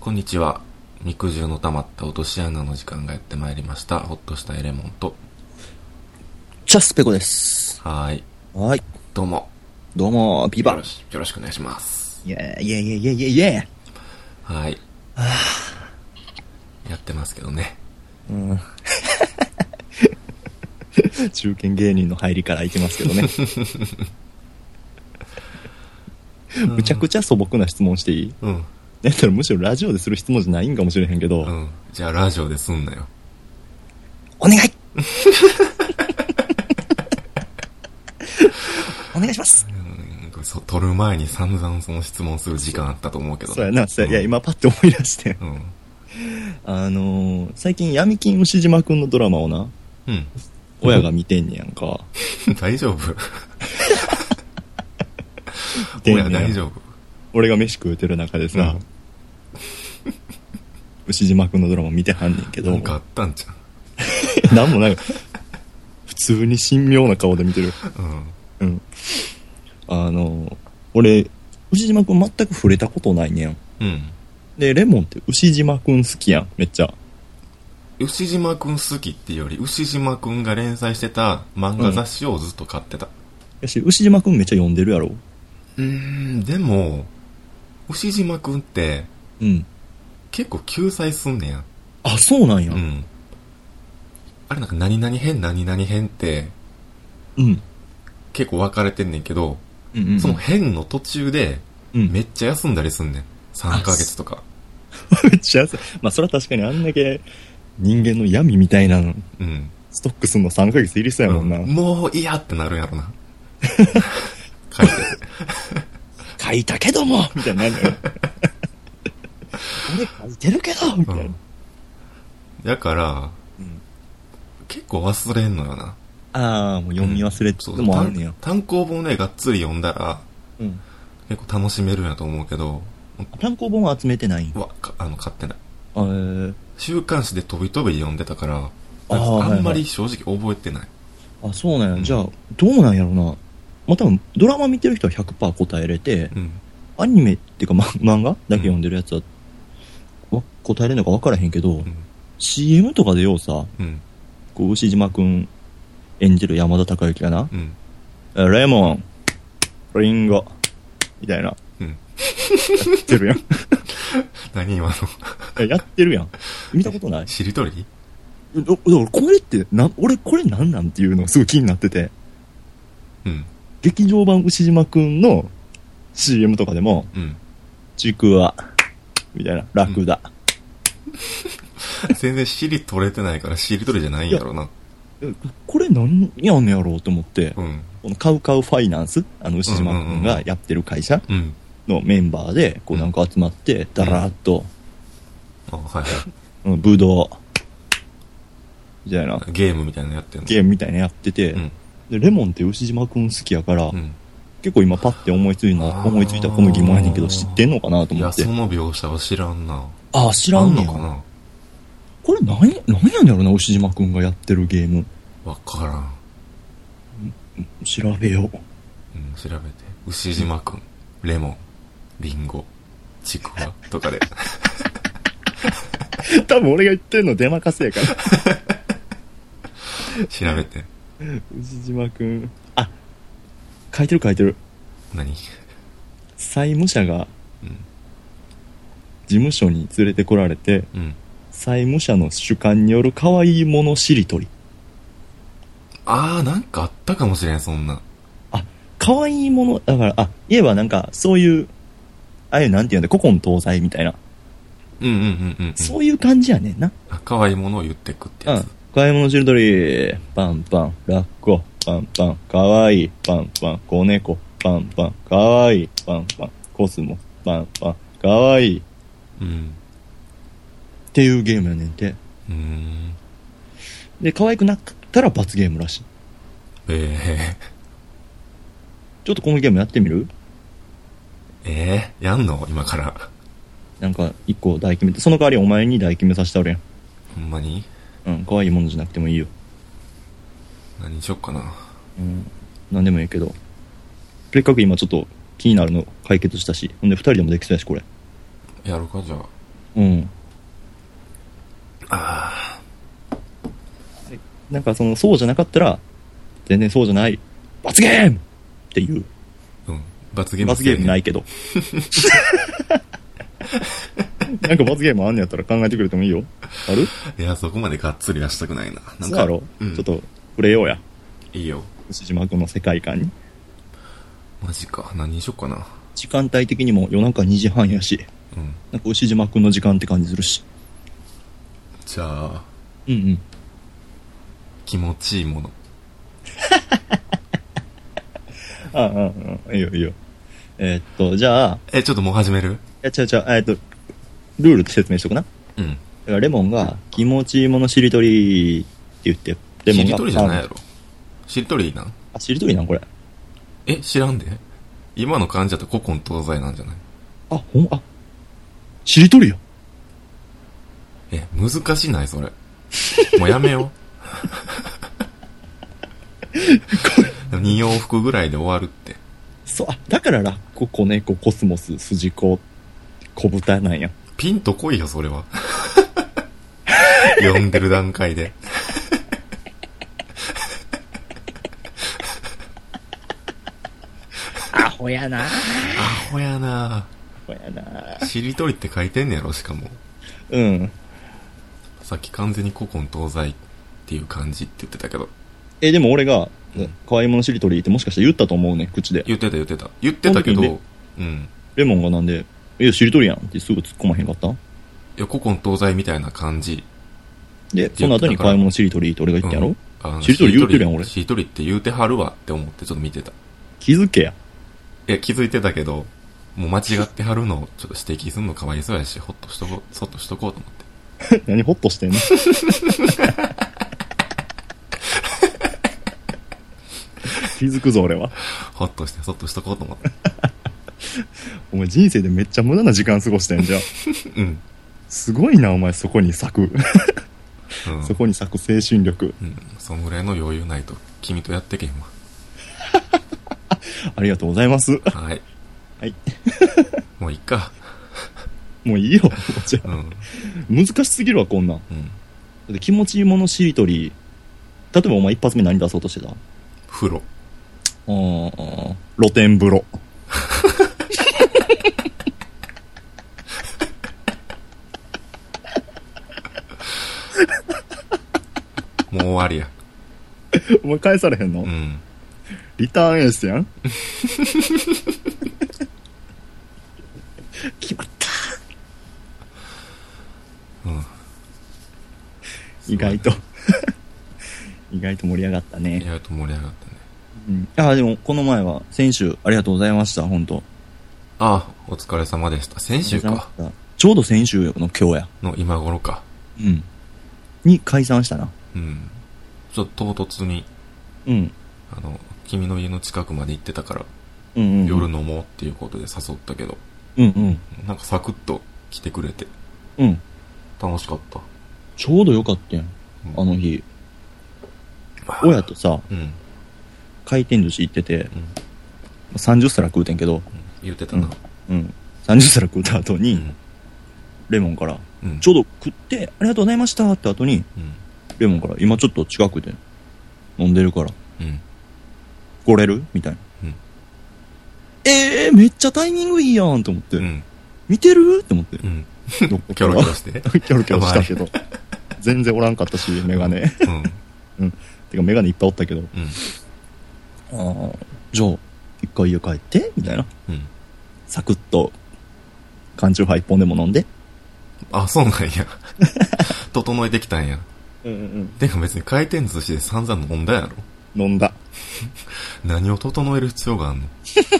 こんにちは。肉汁の溜まった落とし穴の時間がやってまいりました。ほっとしたエレモンと。 チャスペコです。 はい。 はい。 どうも。 どうも、ビバ。 よろしくお願いします。 イェーイェーイェーイェーイェーイェー。 はい。やってますけどね。 うん。中堅芸人の入りからいきますけどね。むちゃくちゃ素朴な質問していい？ うん。 だったらむしろラジオでする質問じゃないんかもしれへんけど。 うん。じゃあラジオですんなよ。 お願いお願いします。 撮る前に散々その質問する時間あったと思うけど、ね。 そうやな、いや、今パッて思い出して。 うん。 最近闇金牛島くんのドラマをな、 うん。 親が見てんねやんか。 大丈夫親大丈夫？ 俺が飯食うてる中でさ、牛島くんのドラマ見てはんねんけど。 なんかあったんじゃん。なんもない。普通に神妙な顔で見てる。うん。俺、牛島くん全く触れたことないねん。 うん。 で、レモンって牛島くん好きやん、めっちゃ。 牛島くん好きっていうより、牛島くんが連載してた漫画雑誌をずっと買ってた。 やし、牛島くんめっちゃ読んでるやろ？ でも、牛島くんって、 うん。 結構救済すんねや。 あ、そうなんや。 うん。あれなんか何々編何々編って、 うん。 結構分かれてんねんけど、 うんうんうん、 その編の途中で、 うん、 めっちゃ休んだりすんねん。3ヶ月とか。 めっちゃ休ん。まあ、それは確かにあんだけ人間の闇みたいなの、 うん。 ストックすんの3ヶ月いりそうやもんな。 もう嫌ってなるんやろな。書いてて。 書いたけどもみたいになるのよ。俺書いてるけどみたいな。 だから、結構忘れんのよな。 ああ、もう読み忘れてもあんねや。 単行本ね、がっつり読んだら、 結構楽しめるんやと思うけど。 単行本は集めてないん？ 買ってない。週刊誌で飛び飛び読んでたから、あんまり正直覚えてない。 あ、そうなんや。じゃあ、どうなんやろな。まあ、多分、ドラマ見てる人は 100% 答えれて、アニメっていうか、漫画だけ読んでるやつは、答えれるのか分からへんけど、CM とかでようさ、こう牛島くん演じる山田孝之がな、レモン、リンゴ、みたいな、やってるやん。 何今のやってるやん。見たことない？ しりとり？ これって俺これなんなんっていうのすごい気になってて、劇場版牛島くんの CM とかでも、ちくわみたいな、ラクダ、 全然しり取れてないからしりとりじゃないんやろな。 これ何やんのやろうと思って、このカウカウファイナンス、牛島くんがやってる会社のメンバーでこうなんか集まってダラーっと、ブドウみたいなゲームみたいなのやってんの？ ゲームみたいなやってて、でレモンって牛島くん好きやから、結構今パッて思いついたこの疑問やねんけど、知ってんのかなと思って。 いや、その描写は知らんな。 あ、知らんのかな。 これ何やねんやろな、牛島くんがやってるゲーム。 わからん。 調べよう。 調べて。牛島くん、レモン、リンゴ、ちくわとかで。 多分俺が言ってんの出まかせやから。 調べて。 牛島くん、あ、書いてる。 何？ 債務者が、事務所に連れてこられて、債務者の主観による可愛いものしりとり。 なんかあったかもしれん、そんな。 可愛いもの、だから、言えばなんか、そういう、ああいうなんていうんだ、古今東西みたいな。そういう感じやねんな。 可愛いものを言ってくってやつ。 可愛いものしりとり、パンパン、ラッコ、パンパン、可愛い、パンパン、子猫、パンパン、可愛い、パンパン、コスモ、パンパン、可愛い。っていうゲームやねんて。で、可愛くなったら罰ゲームらしい。ちょっとこのゲームやってみる？ やんの？今から。 なんか、一個台決めて、その代わりお前に台決めさせてあるやん。 ほんまに？ 可愛いものじゃなくてもいいよ。 何しよっかな。 なんでもいいけど。せっかく今ちょっと気になるの解決したし、ほんで二人でもできそうやし、これ。 やるか、じゃあ。 うん。 あなんかそうじゃなかったら、全然そうじゃない。罰ゲームっていう。 あ。うん。罰ゲーム。 罰ゲームないけど。なんか罰ゲームあんねやったら考えてくれてもいいよ。ある？ いや、そこまでがっつりはしたくないな。なんか。 そうやろ、うん、ちょっと、触れようや。 いいよ。 牛島くんの世界観に。 マジか。何にしよっかな。 時間帯的にも夜中2時半やし。うん。なんか牛島くんの時間って感じするし。 じゃあ。 うんうん。 気持ちいいもの。 ああ、いいよいいよ。じゃあ。 ちょっともう始める？ いや、ルールって説明しとくな。うん。だからレモンが気持ちいいものしりとりって言って、レモンが。しりとりじゃないやろ。 しりとりなん？ あ、しりとりなんこれ。 知らんで？今の感じだと古今東西なんじゃない？ しりとりや。 難しないそれ。もうやめよう。2往復ぐらいで終わるって。 そう、だからラッコ、子猫、コスモス、スジコ、小豚なんや。 ピンとこいよ、それは。読んでる段階で。 アホやな。 アホやな。しりとりって書いてんねやろ、しかも。うん。さっき完全に古今東西っていう感じって言ってたけど。 でも俺が、可愛いものしりとりってもしかしたら言ったと思うね、口で。 言ってたけど、うん。 レモンがなんで、しりとりやんってすぐ突っ込まへんかった？いや、古今東西みたいな感じ。 で、その後に可愛いものしりとりって俺が言ったやろ？しりとり言うてるやん、俺。 しりとりって言うてはるわって思ってちょっと見てた。 気づけや。 気づいてたけど、もう間違ってはるのをちょっと指摘するのかわいそうやし、そっとしとこうと思って。 何ホッとしてんの？気づくぞ俺は。 ホッとしてそっとしとこうと思って。 お前人生でめっちゃ無駄な時間過ごしてんじゃん。うん。すごいなお前そこに咲く。うん、そこに咲く精神力。 うん。そんぐらいの余裕ないと君とやってけんわ。 ありがとうございます。 はい。 はい。 もういいか。 もういいよ。じゃあ、難しすぎるわこんなん。うん。だって気持ちいいものしりとり。例えばお前一発目何出そうとしてた？ 風呂。 露天風呂。 もう終わりや。 お前返されへんの？うん。リターンエースやん。決まった。うん。意外と盛り上がったね。 意外と盛り上がったね。 うん。でもこの前は先週ありがとうございました本当。 お疲れ様でした。先週か。 ちょうど先週の今日や。 の今頃か。 うん。に解散したな。 うん。ちょっと唐突に。うん。君の家の近くまで行ってたから、夜飲もうっていうことで誘ったけど、なんかサクッと来てくれて、楽しかった。 ちょうどよかったやん、あの日。親とさ、回転寿司行ってて、30皿食うてんけど、 言ってたな。 30皿食うた後に、レモンから、ちょうど食ってありがとうございましたって後に、レモンから今ちょっと近くで飲んでるから、来れるみたいな。めっちゃタイミングいいやんと思って。見てるって思って。キョロキョロして。キョロキョロしたけど。全然おらんかったし、メガネ。てかメガネいっぱいおったけど。じゃあ、一回家帰ってみたいな。サクッと、缶チューハイ一本でも飲んで。 そうなんや。整えてきたんや。てか別に回転寿司で散々飲んだやろ。 飲んだ。 何を整える必要があんの？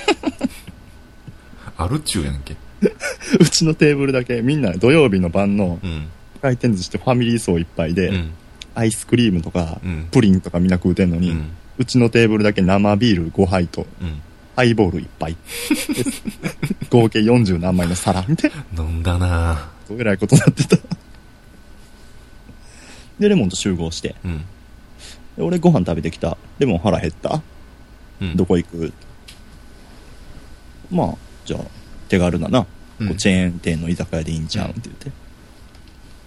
あるっちゅうやんけ。 うちのテーブルだけみんな土曜日の晩の回転寿司ってファミリー層いっぱいで、アイスクリームとか、プリンとかみんな食うてんのに、うちのテーブルだけ生ビール5杯と、ハイボール1杯合計40何枚の皿みたいな。飲んだなぁ。どえらいことになってた。でレモンと集合して、で俺ご飯食べてきた。レモン腹減った、どこ行く？まあじゃあ手軽なな、こうチェーン店の居酒屋でいいんちゃうんって言って、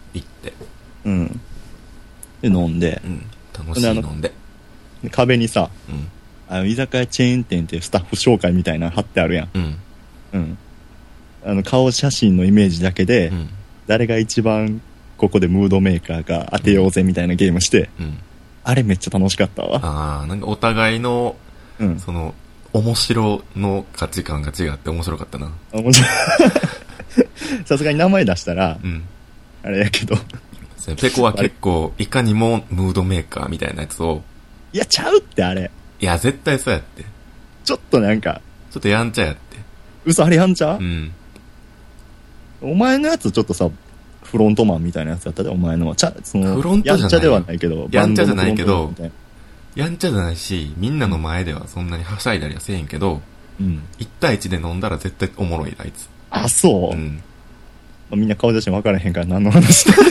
行って。 うん。で、飲んで。 うん。楽しい飲んで。 壁にさ、居酒屋チェーン店ってスタッフ紹介みたいなの貼ってあるやん。うん。顔写真のイメージだけで、誰が一番ここでムードメーカーか当てようぜみたいなゲームして、あれめっちゃ楽しかったわ。 なんかお互いの、その、面白の価値観が違って面白かったな。面白い。 さすがに名前出したら、あれやけど。 ペコは結構、いかにもムードメーカーみたいなやつを。 いや、ちゃうってあれ。 いや、絶対そうやって。 ちょっとなんか。 ちょっとやんちゃやって。 嘘、あれやんちゃ？お前のやつちょっとさ、フロントマンみたいなやつやったで、お前のは。そのフロントじゃない。 やんちゃではないけど。 やんちゃじゃないけど、やんちゃじゃないし、みんなの前ではそんなにはしゃいだりはせえへんけど、1対1で飲んだら絶対おもろい、あいつ。 あ、そう。みんな顔写真分からへんから何の話だ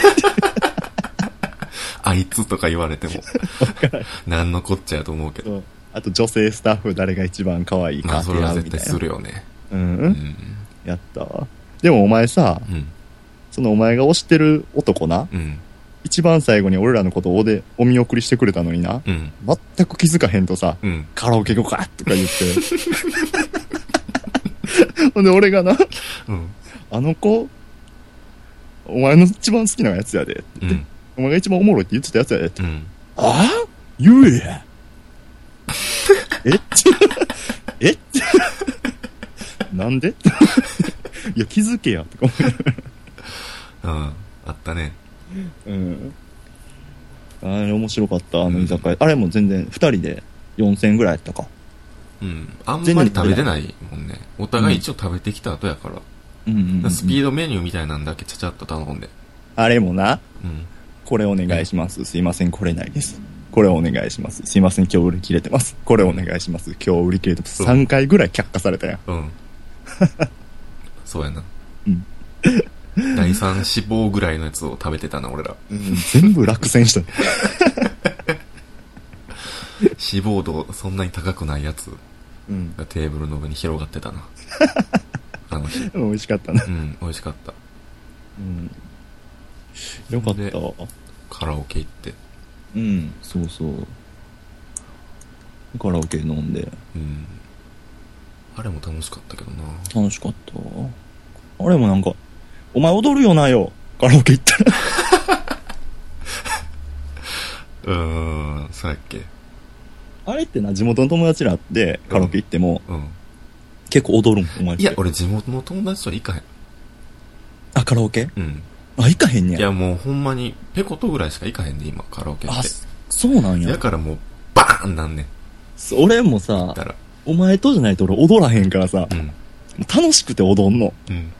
あいつとか言われても何のこっちゃやと思うけど。 あと女性スタッフ誰が一番可愛いかってやうみたいな。それは絶対するよね。 やったわ。でもお前さ、そのお前が推してる男な、一番最後に俺らのことをお見送りしてくれたのにな、全く気づかへんとさ、カラオケ行こうかとか言ってほんで俺がな、あの子お前の一番好きなやつやでって、お前が一番おもろいって言ってたやつやでって、ああ言えやえなんでいや気づけやとか思いながらあったね。 あれ面白かった、あの居酒屋。あれも全然2人で4000円ぐらいやったか。 あんまり食べてないもんね。お互い一応食べてきた後やから。スピードメニューみたいなんだけちゃちゃっと頼んで。 あれもな、これお願いします。すいません、来れないです。これお願いします。すいません、今日売り切れてます。これお願いします。今日売り切れてます。3回ぐらい却下されたやん。 そうやな。第3志望ぐらいのやつを食べてたな、俺ら。 全部落選した。 脂肪度そんなに高くないやつがテーブルの上に広がってたな。あの日。 美味しかったな。 美味しかった。 よかったわ。 カラオケ行って。 そうそう。カラオケ飲んで。 あれも楽しかったけどな。 楽しかった。あれもなんか、お前踊るよなよ。カラオケ行ったら。そうやっけ。 あれってな、地元の友達らってカラオケ行っても、結構踊るん、お前って。 いや、俺地元の友達とは行かへん。 あ、カラオケ？行かへんねや。 いや、もうほんまに、ペコとぐらいしか行かへんね今、カラオケって。 そうなんや。 だからもう、バーンなんねん。 俺もさ、お前とじゃないと俺踊らへんからさ、楽しくて踊んの。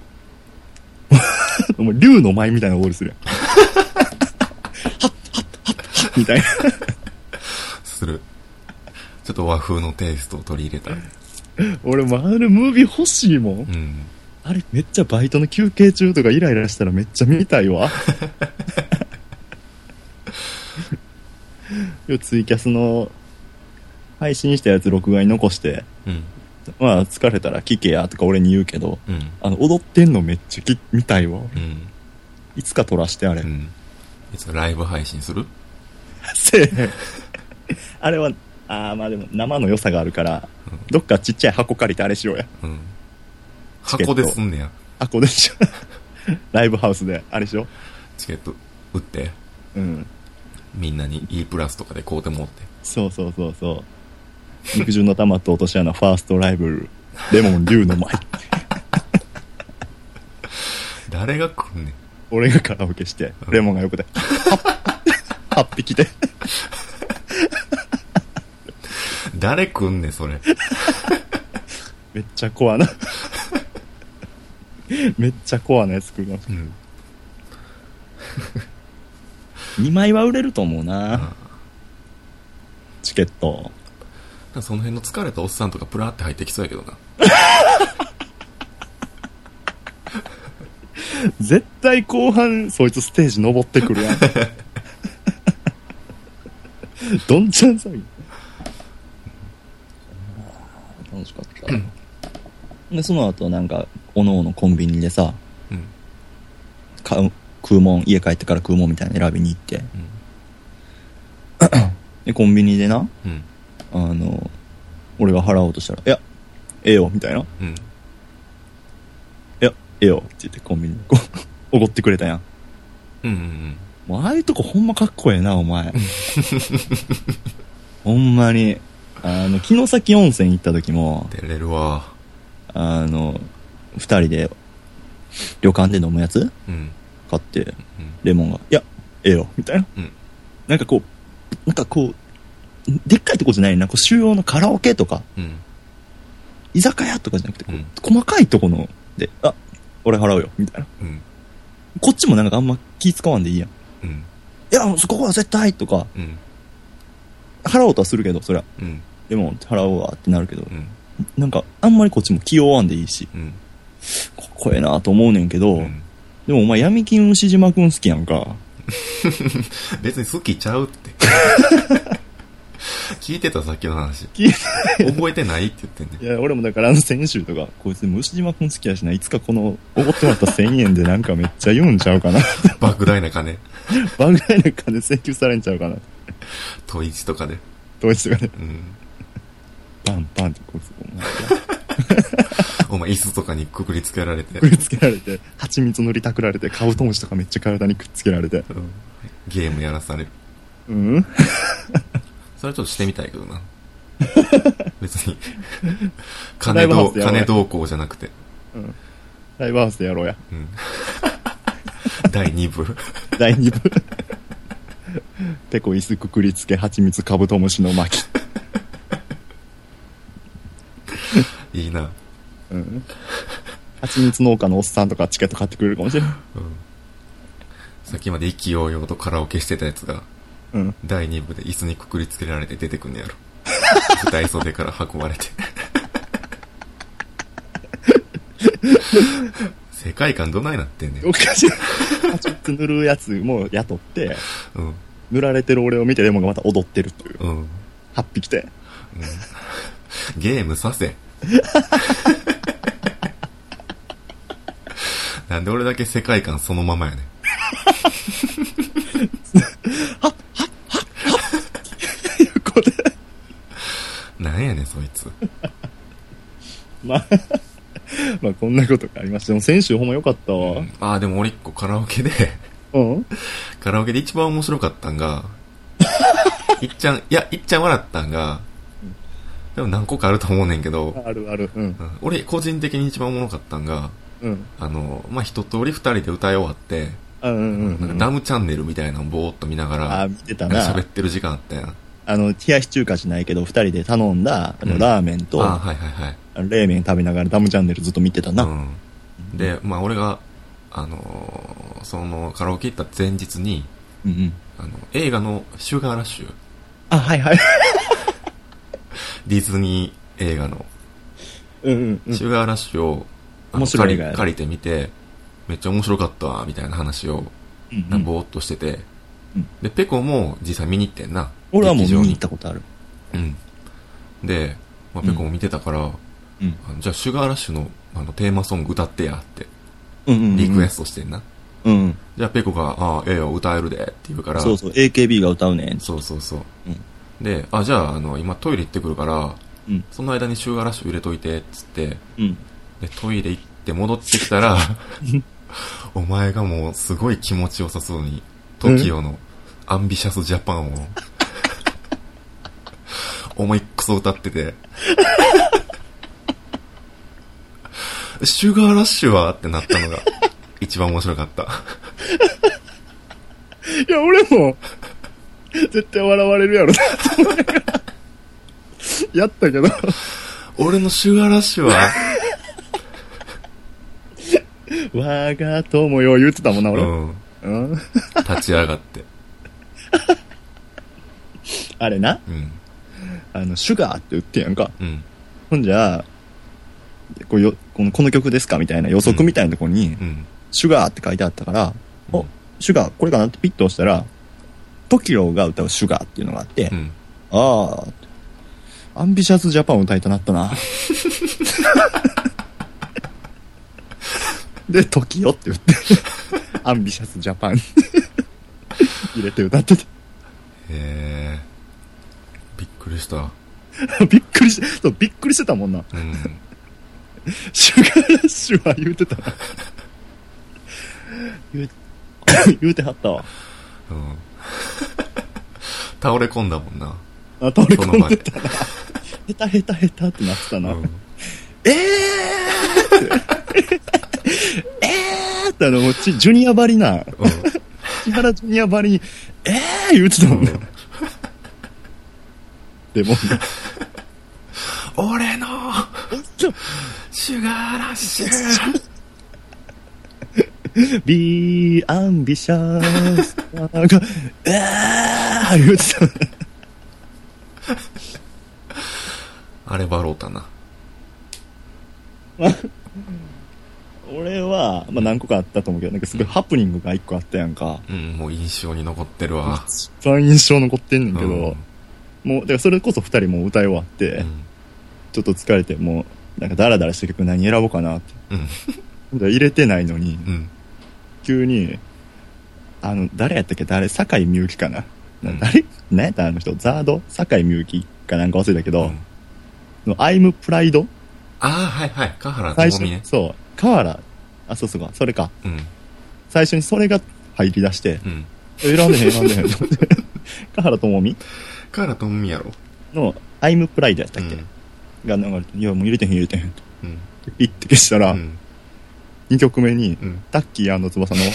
もう竜の舞みたいな踊りするやん。はっはっはっはっみたいな。 する。ちょっと和風のテイストを取り入れた。 俺もあれムービー欲しいもん。あれめっちゃバイトの休憩中とかイライラしたらめっちゃ見たいわ。ツイキャスの配信したやつ録画に残して、まあ疲れたら聞けやとか俺に言うけど、踊ってんのめっちゃ見たいわ。いつか撮らしてあれ。 いつかライブ配信する？ せえへん。あれはまあでも生の良さがあるから、どっかちっちゃい箱借りてあれしようや。 箱ですんねや。 箱でしょ。ライブハウスであれしよう。 チケット売って、みんなに E プラスとかで買うてもって。 そうそうそうそう。肉汁の玉と落とし穴ファーストライブレモン竜の舞。 誰が来んねん。 俺がカラオケして、レモンが横で8匹で。 誰来んねんそれ。 めっちゃコアな。めっちゃコアなやつ来るな。2枚は売れると思うな。チケット。 その辺の疲れたおっさんとかプラーって入ってきそうやけどな。 絶対後半そいつステージ登ってくるやん。どんちゃん騒ぎ。楽しかった。でその後なんかおのおのコンビニでさ、 食うもん、家帰ってから食うもんみたいな選びに行って、でコンビニでな、俺が払おうとしたら、いやええよみたいな、いやええよって言ってコンビニにこうおごってくれたやん。もうああいうとこほんまかっこええなお前。ほんまに城崎温泉行った時も出れるわ。 2人で旅館で飲むやつ、買って、レモンがいやええよみたいな、なんかこうでっかいとこじゃないな、こう主要のカラオケとか、居酒屋とかじゃなくてこう、細かいとこのであ俺払うよみたいな、こっちもなんかあんま気使わんでいいやん、いやここは絶対とか、払おうとはするけどそりゃ、でも払おうわってなるけど、なんかあんまりこっちも気負わんでいいし、かっこええなと思うねんけど、でもお前闇金牛島くん好きやんか。 別に好きちゃうって聞いてたさっきの話覚えてないって言ってんね。 いや俺もだから先週とかこいつ牛島くん好きやしな、いつかこのおごってもらった1000円でなんかめっちゃ言うんちゃうかな。 莫大な金莫大な金請求されんちゃうかな。 統一とかでパンパンってこいつお前椅子とかにくくりつけられて蜂蜜塗りたくられてカブトムシとかめっちゃ体にくっつけられて、 ゲームやらされる。それちょっとしてみたいけどな。別に金どうこうじゃなくて、 ライブハウスでやろうや、 第2部ペコ椅子くくりつけ蜂蜜カブトムシの巻いいな。 蜂蜜農家のおっさんとかチケット買ってくれるかもしれない、 さっきまで意気揚々とカラオケしてたやつが、第2部で椅子にくくりつけられて出てくんねやろ。舞台袖から運ばれて世界観どないなってんねん。 おかしい。蜂蜜塗るやつも雇って、塗られてる俺を見てレモンがまた踊ってるという、8匹て、 ゲームさせなんで俺だけ世界観そのままやねん。 横でなんやねんそいつ。 まあこんなことがありました。でも先週ほんま良かったわ。 でも俺一個カラオケでカラオケで一番面白かったんがいっちゃん笑ったんが、でも何個かあると思うねんけど、 ある、 俺個人的に一番おもろかったんが、一通り二人で歌い終わって、なんかダムチャンネルみたいなのぼーっと見ながら見てたな、 喋ってる時間あったやん。 冷やし中華じゃないけど二人で頼んだラーメンと冷麺食べながらダムチャンネルずっと見てたな、 で俺がそのカラオケ行った前日に、映画のシュガーラッシュ、ディズニー映画のシュガーラッシュを借りてみて、めっちゃ面白かったわみたいな話をぼーっとしてて、でペコも実際見に行ってんな。 俺はもう見に行ったことある。 で、ペコも見てたから、じゃあシュガーラッシュのテーマソング歌ってやってリクエストしてんな。じゃあペコがええよ歌えるでって言うから、 そう AKB が歌うねん。 そう、でじゃあ今トイレ行ってくるから、その間にシュガーラッシュ入れといてっつって、でトイレ行って戻ってきたらお前がもうすごい気持ちよさそうに TOKIO のアンビシャスジャパンを思いっくそ歌っててシュガーラッシュはってなったのが一番面白かった。 いや俺も絶対笑われるやろなと思いながらやったけど、 俺のシュガーラッシュは我が友よ言ってたもんな俺、 立ち上がってあれな、シュガーって言ってんやんか、ほんじゃこの曲ですかみたいな予測みたいなところに、シュガーって書いてあったから、シュガーこれかなってピッと押したら TOKIO が歌うシュガーっていうのがあって、アンビシャスジャパンを歌いたなったなで TOKIO って言ってアンビシャスジャパン入れて歌ってて。 びっくりした。 びっくりしてたもんな。うん。シュガーラッシュは言うてたな。言うてはったわ。うん。 倒れ込んだもんな。 倒れ込んでたな。下手ってなってたな。うん、ってもうジュニアばりな。うん、千原ジュニアばりに、言うてたもんね。でも、 俺のシュガーラッシュ Be ambitious が言うてたね。 あれバローたな。 俺は、何個かあったと思うけど、なんかすごいハプニングが一個あったやんか。 うん、もう印象に残ってるわ。 一番印象残ってんねんけど、もう、だからそれこそ二人もう歌い終わって、ちょっと疲れて、もう、なんかダラダラして曲何選ぼうかなって。入れてないのに、急に、誰やったっけ坂井美幸かな、何やったあの人、ザード坂井美幸かなんか忘れたけど、I'm Pride? はいはい。川原智美ね。 そう。川原、そう、それか。最初にそれが入り出して、選んでへん。川原智美やろの I'm Pride やったっけ、が流れて、いやもう入れてへんピッて消したら、2曲目に、タッキー翼の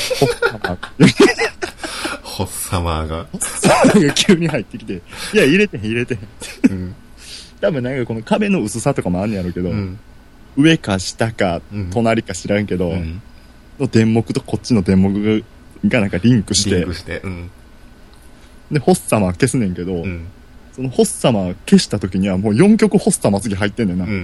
ホッサマーが急に入ってきて、いや入れてへん、多分なんかこの壁の薄さとかもあんねやろうけど、上か下か隣か知らんけど、の電目とこっちの電目がなんかリンクして、でホッサマー消すねんけど、そのホッサマー消した時にはもう4曲ホッサマー次入ってんねんな。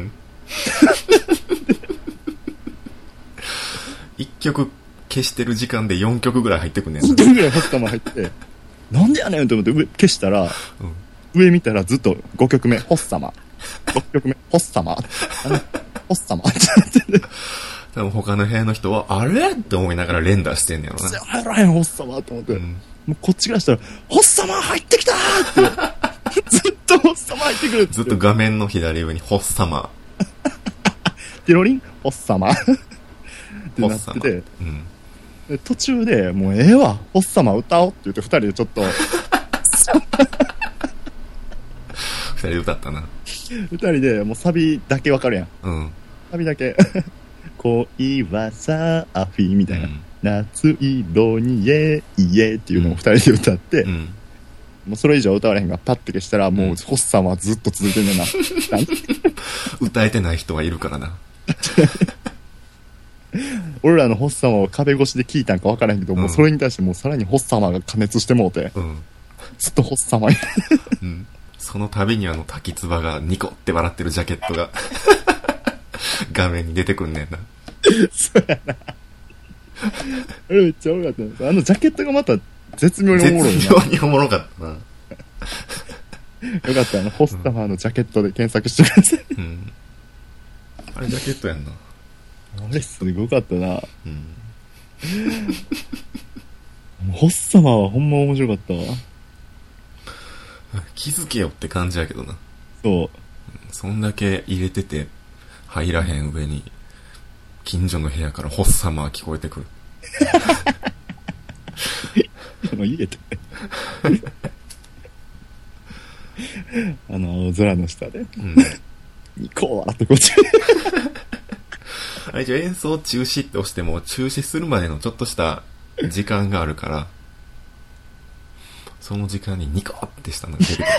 1曲消してる時間で4曲ぐらい入ってくんねんな。 4曲ぐらいホッサマー入ってなんでやねんと思って消したら、上見たらずっと5曲目ホッサマー6曲目ホッサマーホッサマーってなってて、 多分他の部屋の人はあれって思いながら連打してんねやろな。 入らへんホッサマーと思って、もうこっちからしたらホッサマー入ってきたーってずっとホッサマー入ってくるって、 ずっと画面の左上にホッサマーテロリンホッサマーってなってて、で途中でもうええわホッサマー歌おうって言って2人でちょっと2 人で歌ったな。 2人でもうサビだけわかるやん、サビだけ恋はサーフィンみたいな、夏色にイエイエっていうのを2人で歌って、もうそれ以上歌われへんがパッて消したらもうホッサマーずっと続いてんねんな歌えてない人はいるからな俺らのホッサマーを壁越しで聞いたんか分からへんけど、もうそれに対してもうさらにホッサマーが加熱してもうて、ずっとホッサマーその度に滝つばがニコって笑ってるジャケットが画面に出てくんねんな。 そうやな。あれめっちゃおもろかった。ジャケットがまた絶妙におもろいな。 絶妙におもろかったな。 よかった、ホッサマーのジャケットで検索してください。 あれジャケットやんな。 あれすごかったな。ホッサマーはほんま面白かったわ。 気づけよって感じやけどな。 そう。 そんだけ入れてて入らへん上に近所の部屋からホッサマー聞こえてくる。 入れて青空の下で、ニコ笑ってこっちあれじゃ演奏中止って押しても中止するまでのちょっとした時間があるからその時間にニコってしたのが出てくる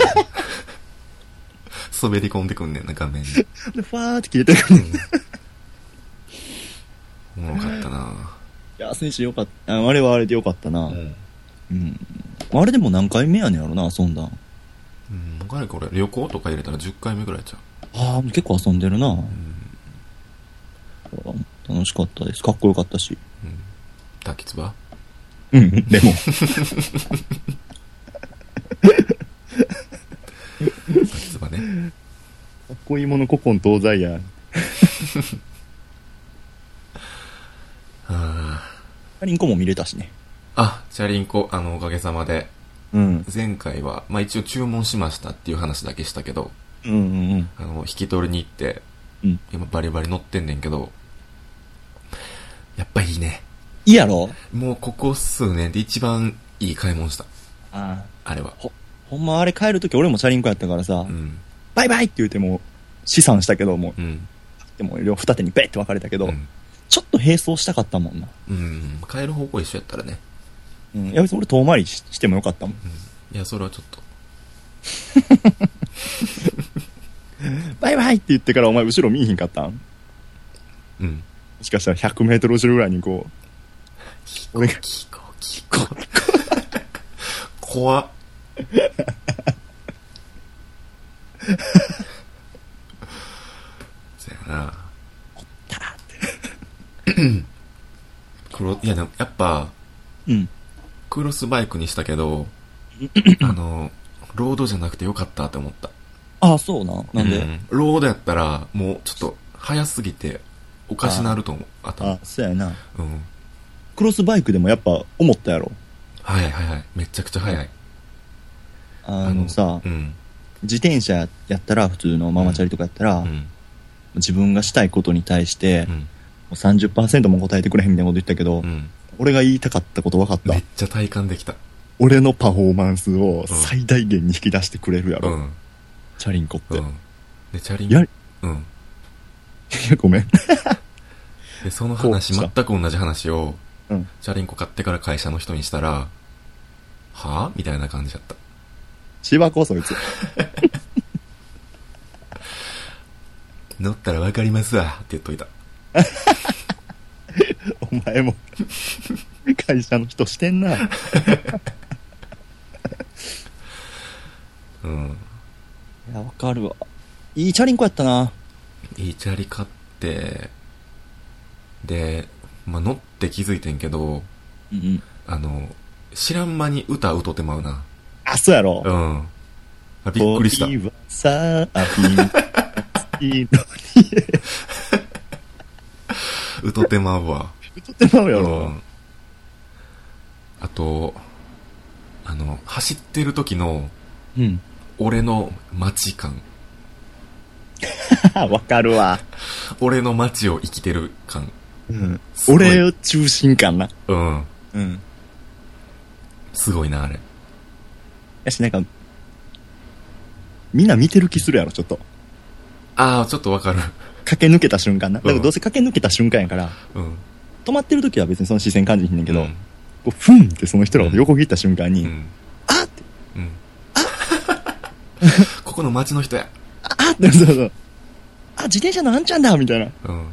滑り込んでくんねんな画面にでファーって消えてくるねんおもろかったな。 いや選手よかった。あれはあれでよかったな。あれでも何回目やねんやろな遊んだん。 これ旅行とか入れたら10回目ぐらいちゃう。 ああ結構遊んでるな。楽しかったです。かっこよかったし。 滝つば？ でも滝つばね。 かっこいいもの古今東西や。 ャリンコも見れたしね。 あ、チャリンコ、おかげさまで。 うん。 前回は、まあ一応注文しましたっていう話だけしたけど、 うんうんうん。 引き取りに行って、 うん。 今バリバリ乗ってんねんけど、やっぱいいね。 いいやろ？ もうここ数年で一番いい買い物した。あれは。 ほんまあれ帰るとき俺もチャリンコやったからさ、バイバイって言うても、試算したけども、でも両二手にベッって分かれたけど、ちょっと並走したかったもんな。 帰る方向一緒やったらね。 いや別に俺遠回りしてもよかったもん。 いや、それはちょっと。 バイバイって言ってからお前後ろ見えひんかったん？もしかしたら100メートル後ろぐらいにこう、 俺が、怖っ。そやな。 おったーって。 いやでもやっぱ、クロスバイクにしたけど、ロードじゃなくてよかったって思った。 ああ、そうな。なんで、 ロードやったら、もうちょっと、早すぎて、おかしなると思う。 あ、そうやな。クロスバイクでもやっぱ思ったやろ。 はいはいはい。めちゃくちゃ早い。 さ、自転車やったら、普通のママチャリとかやったら、自分がしたいことに対して、もう 30% も答えてくれへんみたいなこと言ったけど、俺が言いたかったこと分かった。 めっちゃ体感できた。 俺のパフォーマンスを最大限に引き出してくれるやろ。チャリンコって。 で、チャリンコ。いや、ごめん。 で、その話、全く同じ話を、チャリンコ買ってから会社の人にしたら、はぁみたいな感じだった。 芝こそいつ。 乗ったら分かりますわって言っといた。 お前も会社の人してんな。いや、わかるわ。いいチャリンコやったな。 いいチャリ買って、で、まあ、乗って気づいてんけど、知らん間に歌歌ってまうな。 あ、そうやろ。 びっくりした。 恋はさあ、 歌ってまうわ。 歌ってまうやろ。 あと、走ってる時の、俺の街感。 わかるわ。 俺の街を生きてる感。 俺を中心感な。 すごいな、あれ。 やし、なんか、みんな見てる気するやろ、ちょっと。 ああ、ちょっとわかる。 駆け抜けた瞬間な。だからどうせ駆け抜けた瞬間やから、止まってる時は別にその視線感じひんねんけど、こうふんってその人らを横切った瞬間に、あって、 ここの街の人や。 あって、そうそう。あ、自転車のあんちゃんだみたいな。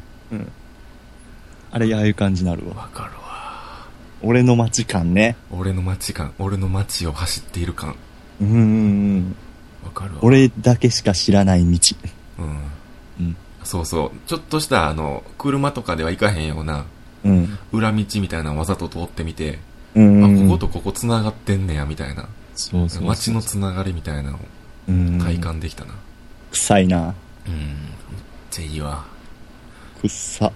あれ、ああいう感じになるわ。 わかるわ。 俺の街感ね。 俺の街感。俺の街を走っている感。わかるわ。 俺だけしか知らない道。 そうそう。ちょっとした車とかでは行かへんような、裏道みたいなのわざと通ってみて、こことここ繋がってんねや、みたいな。 そうそう。 街の繋がりみたいなのを体感できたな。 臭いな。 めっちゃいいわ。 くっさ。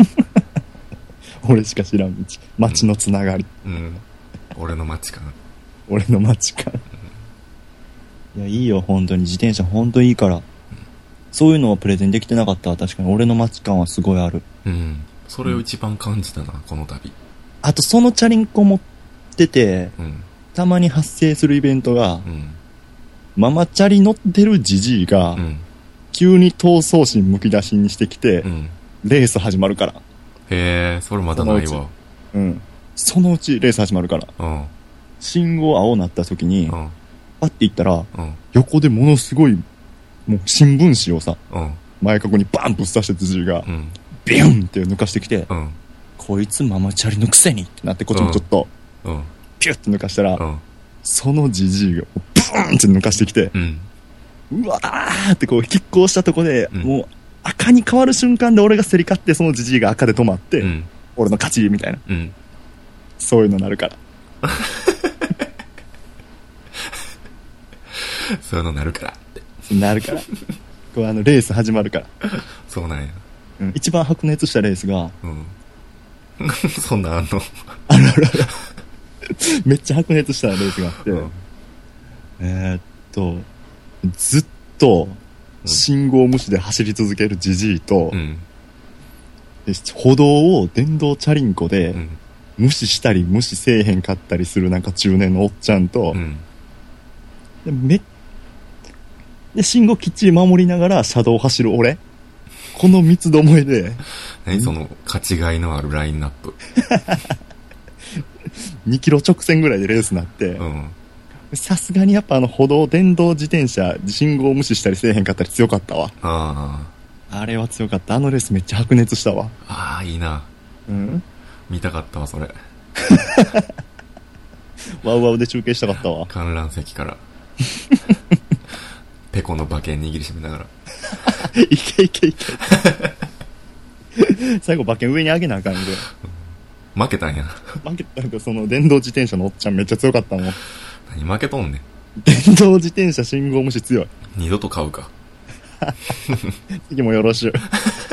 俺しか知らん道。街の繋がり。 俺の街感。 俺の街感。いや、いいよ、本当に。自転車本当にいいから。そういうのはプレゼンできてなかったわ。確かに俺の街感はすごいある。 それを一番感じたな、この度。 あと、そのチャリンコ持ってて、たまに発生するイベントが、ママチャリ乗ってるジジイが、急に闘争心むき出しにしてきて、レース始まるから。 へえ、それまだないわ。 そのうちレース始まるから。信号青なった時に、パッて行ったら、横でものすごい、もう新聞紙をさ、前かごにバンぶっ刺したジジイが、ビュンって抜かしてきて、こいつママチャリのくせにってなって、こっちもちょっと、ピュッて抜かしたら、そのジジイがブーンって抜かしてきて、うわーってこう拮抗したとこで、もう赤に変わる瞬間で俺が競り勝って、そのジジイが赤で止まって、俺の勝ちみたいな、そういうのなるからそういうのなるからってなるからこうレース始まるからそうなんや。 一番白熱したレースが、 そんなんあんの？ あるあるある。めっちゃ白熱したレースがあって、ずっと信号無視で走り続けるジジイと、で歩道を電動チャリンコで無視したり無視せえへんかったりするなんか中年のおっちゃんと、で信号きっちり守りながら車道を走る俺、この三つどもえで何その勝ちがいのあるラインナップ。 2キロ直線ぐらいでレースになって、さすがにやっぱ歩道電動自転車信号無視したりせえへんかったり強かったわ。あれは強かった。あのレースめっちゃ白熱したわ。 ああいいな。見たかったわそれ。 ワウワウで中継したかったわ。 観覧席からペコの馬券握りしめながらいけいけいけ。最後馬券上に上げなあかんで。 負けたんや。 負けたんか。その電動自転車のおっちゃんめっちゃ強かったもん。 何負けとんねん。 電動自転車信号無視強い。 二度と買うか。 次もよろしゅう。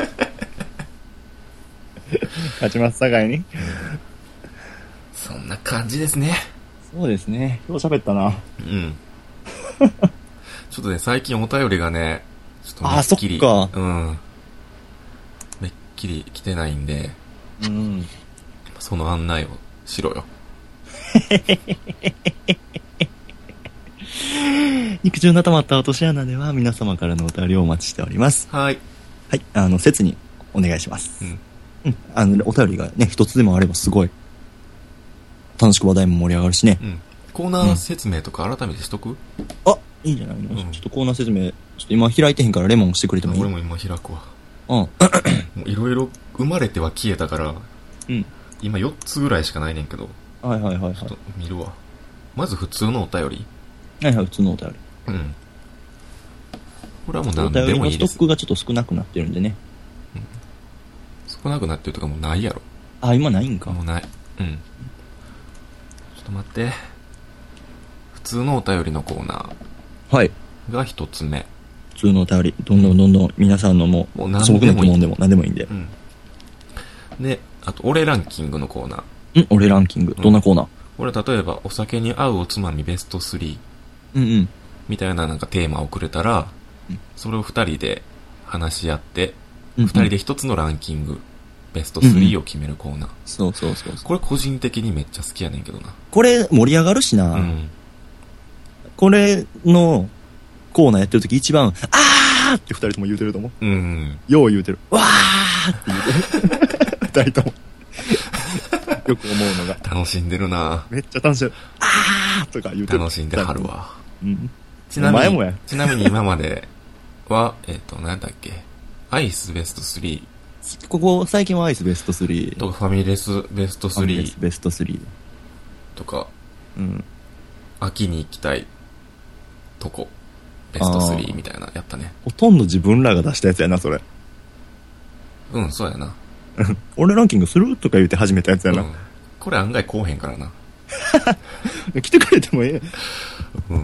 勝ちますさかいに。 そんな感じですね。 そうですね。今日喋ったな。 ちょっとね、最近お便りがね、ちょっとめっきり、 そっか。 めっきり来てないんで、その案内をしろよ。 肉汁の溜まった落とし穴では皆様からのお便りをお待ちしております。 はい。 はい、切にお願いします。お便りがね、一つでもあればすごい楽しく話題も盛り上がるしね。 コーナー説明とか改めてしとく？ いいんじゃないの？ちょっとコーナー説明、ちょっと今開いてへんからレモンしてくれてもいい？ 俺も今開くわ。いろいろ生まれては消えたから、今4つぐらいしかないねんけど。ちょっと見るわ。まず普通のお便り。 普通のお便り。 これはもう何でもいいです。お便りのストックがちょっと少なくなってるんでね。 少なくなってるとかもうないやろ。 今ないんか。 もうない。ちょっと待って。普通のお便りのコーナーが一つ目。 普通のお便り、どんどん皆さんのもう何でもいい。何でもいいんで。 で、あと俺ランキングのコーナー。 俺ランキング、どんなコーナー？ これ例えばお酒に合うおつまみベスト3みたいななんかテーマをくれたら、それを2人で話し合って、2人で1つのランキングベスト3を決めるコーナー。 そうこれ個人的にめっちゃ好きやねんけどな。 これ盛り上がるしな。これのコーナーやってる時一番あーって2人とも言うてると思う。よう言うてる。わーって言うてる。2人ともよく思うのが楽しんでるな。 めっちゃ楽しんでる。あーとか言うてる。 楽しんではるわ。ちなみに今までは何だっけ、アイスベスト3、 ここ最近はアイスベスト3 とかファミレスベスト3 ベスト3 とか、秋に行きたいとこベスト3みたいなやったね。 ほとんど自分らが出したやつやなそれ。 そうやな。 俺ランキングするとか言うて始めたやつやな。 これ案外こうへんからな。 来てくれてもええ。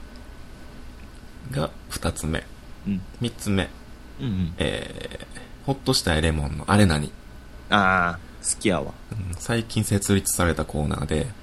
が2つ目。3つ目。ホッとしたいレモンのあれ何？ 好きやわ。 最近設立されたコーナーで。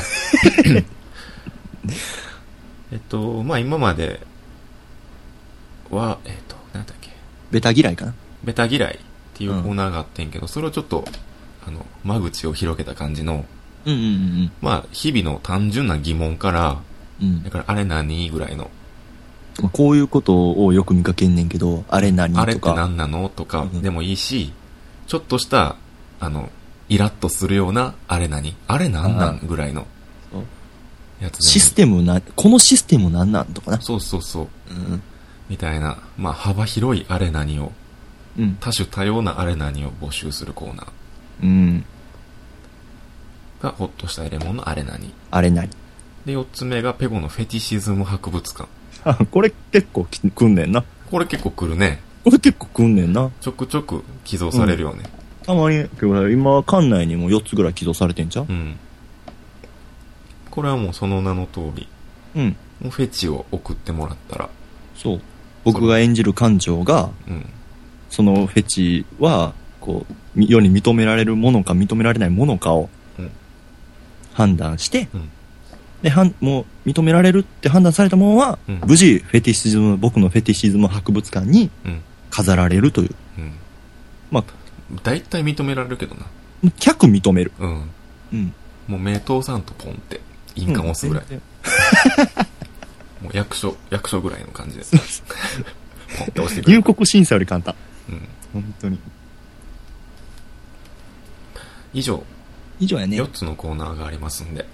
今までは、なんだっけ。 ベタ嫌いかな。 ベタ嫌いっていうコーナーがあってんけど、それをちょっと、間口を広げた感じの、日々の単純な疑問から、だからあれ何ぐらいの。 こういうことをよく見かけんねんけど、あれ何とか。 あれって何なのとかでもいいし、ちょっとした、イラッとするような、あれ何あれ何なんぐらいのやつで。 システムこのシステム何なんとかな。 そう。みたいな、幅広いあれ何を、多種多様なあれ何を募集するコーナー。が、ホッとしたいレモンのあれ何。 あれ何。 で、4つ目がペゴのフェティシズム博物館。 これ結構来んねんな。 これ結構来るね。 これ結構来んねんな。 ちょくちょく寄贈されるよね。 たまに、今、館内にも4つぐらい寄贈されてんじゃん。 これはもうその名の通り。もうフェチを送ってもらったら。 そう。僕が演じる館長が、そのフェチは、 こう、世に認められるものか認められないものかを判断して、で、もう認められるって判断されたものは、無事、僕のフェティシズム博物館に飾られるという。まあ、 大体認められるけどな。 100認める。 もう目通さんとポンって印鑑押すぐらい。もう役所ぐらいの感じで。ポンって押してくれる。 入国審査より簡単。本当に。 以上やね。 4つのコーナーがありますんで。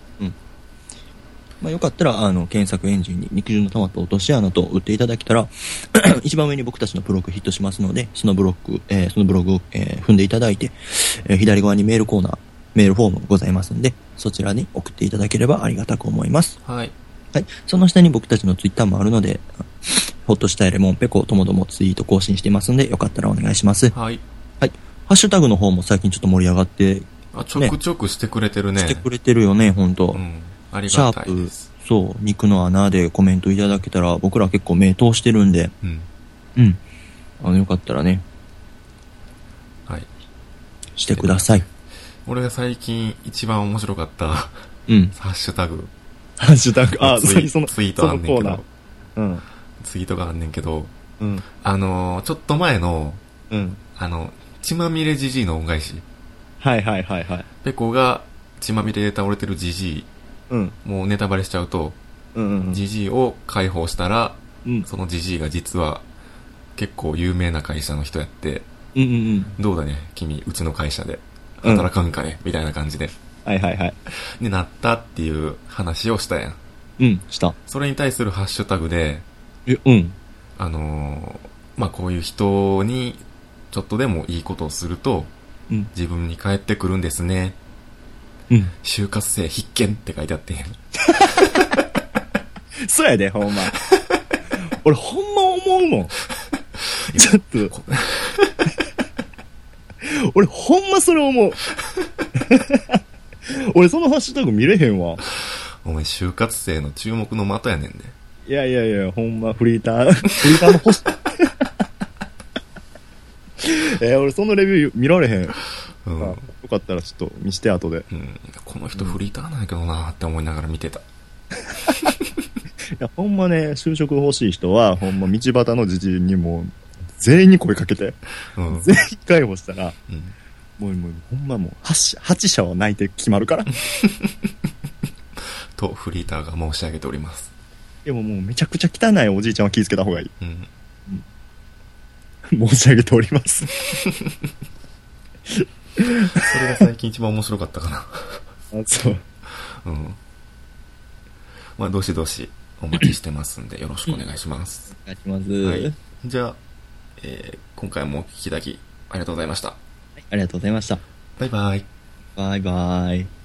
まあ、よかったら、検索エンジンに肉汁の玉と落とし穴と打っていただけたら、一番上に僕たちのブログヒットしますので、そのブログを、踏んでいただいて、左側にメールコーナー、メールフォームございますんで、そちらに送っていただければありがたく思います。 はい。 はい。その下に僕たちのツイッターもあるので、ほっとしたいレモンペコともどもツイート更新してますんで、よかったらお願いします。 はい。 はい。ハッシュタグの方も最近ちょっと盛り上がって、 ちょくちょくしてくれてるね。 してくれてるよね、ほんと。 ありがたいです。 そう、肉の穴でコメントいただけたら、僕ら結構目通してるんで、よかったらね、 はい。 してください。 俺が最近一番面白かった、ハッシュタグ。 ハッシュタグ、 ツイートあんねんけど、ツイートがあんねんけど、ちょっと前の、血まみれじじいの恩返し。ペコが血まみれで倒れてるじじい、もうネタバレしちゃうと、じじいを解放したら、そのじじいが実は結構有名な会社の人やって、どうだね君、うちの会社で働かんかね、みたいな感じでになったっていう話をしたやん。 した。 それに対するハッシュタグで、まあこういう人にちょっとでもいいことをすると、自分に返ってくるんですね。就活生必見って書いてあってん。 そうやで、ほんま。俺ほんま思うもん。ちょっと。俺ほんまそれ思う。俺そのハッシュタグ見れへんわ。 お前就活生の注目の的やねんで。 いや、ほんまフリーターの星。俺そのレビュー見られへん。よかったらちょっと見して後で。 この人フリーターなんやけどなって思いながら見てた。いや、ほんまね、就職欲しい人は、ほんま道端のじじいにも全員に声かけて、全員解放したら、もうほんまもう8社は泣いて決まるから。 と、フリーターが申し上げております。 でももうめちゃくちゃ汚いおじいちゃんは気ぃつけた方がいい。申し上げております。 それが最近一番面白かったかな。 そう。 まあ、どしどしお待ちしてますんで、よろしくお願いします。 お願いします。 はい。じゃあ、今回もお聞きいただき、ありがとうございました。 ありがとうございました。 バイバイ。 バイバイ。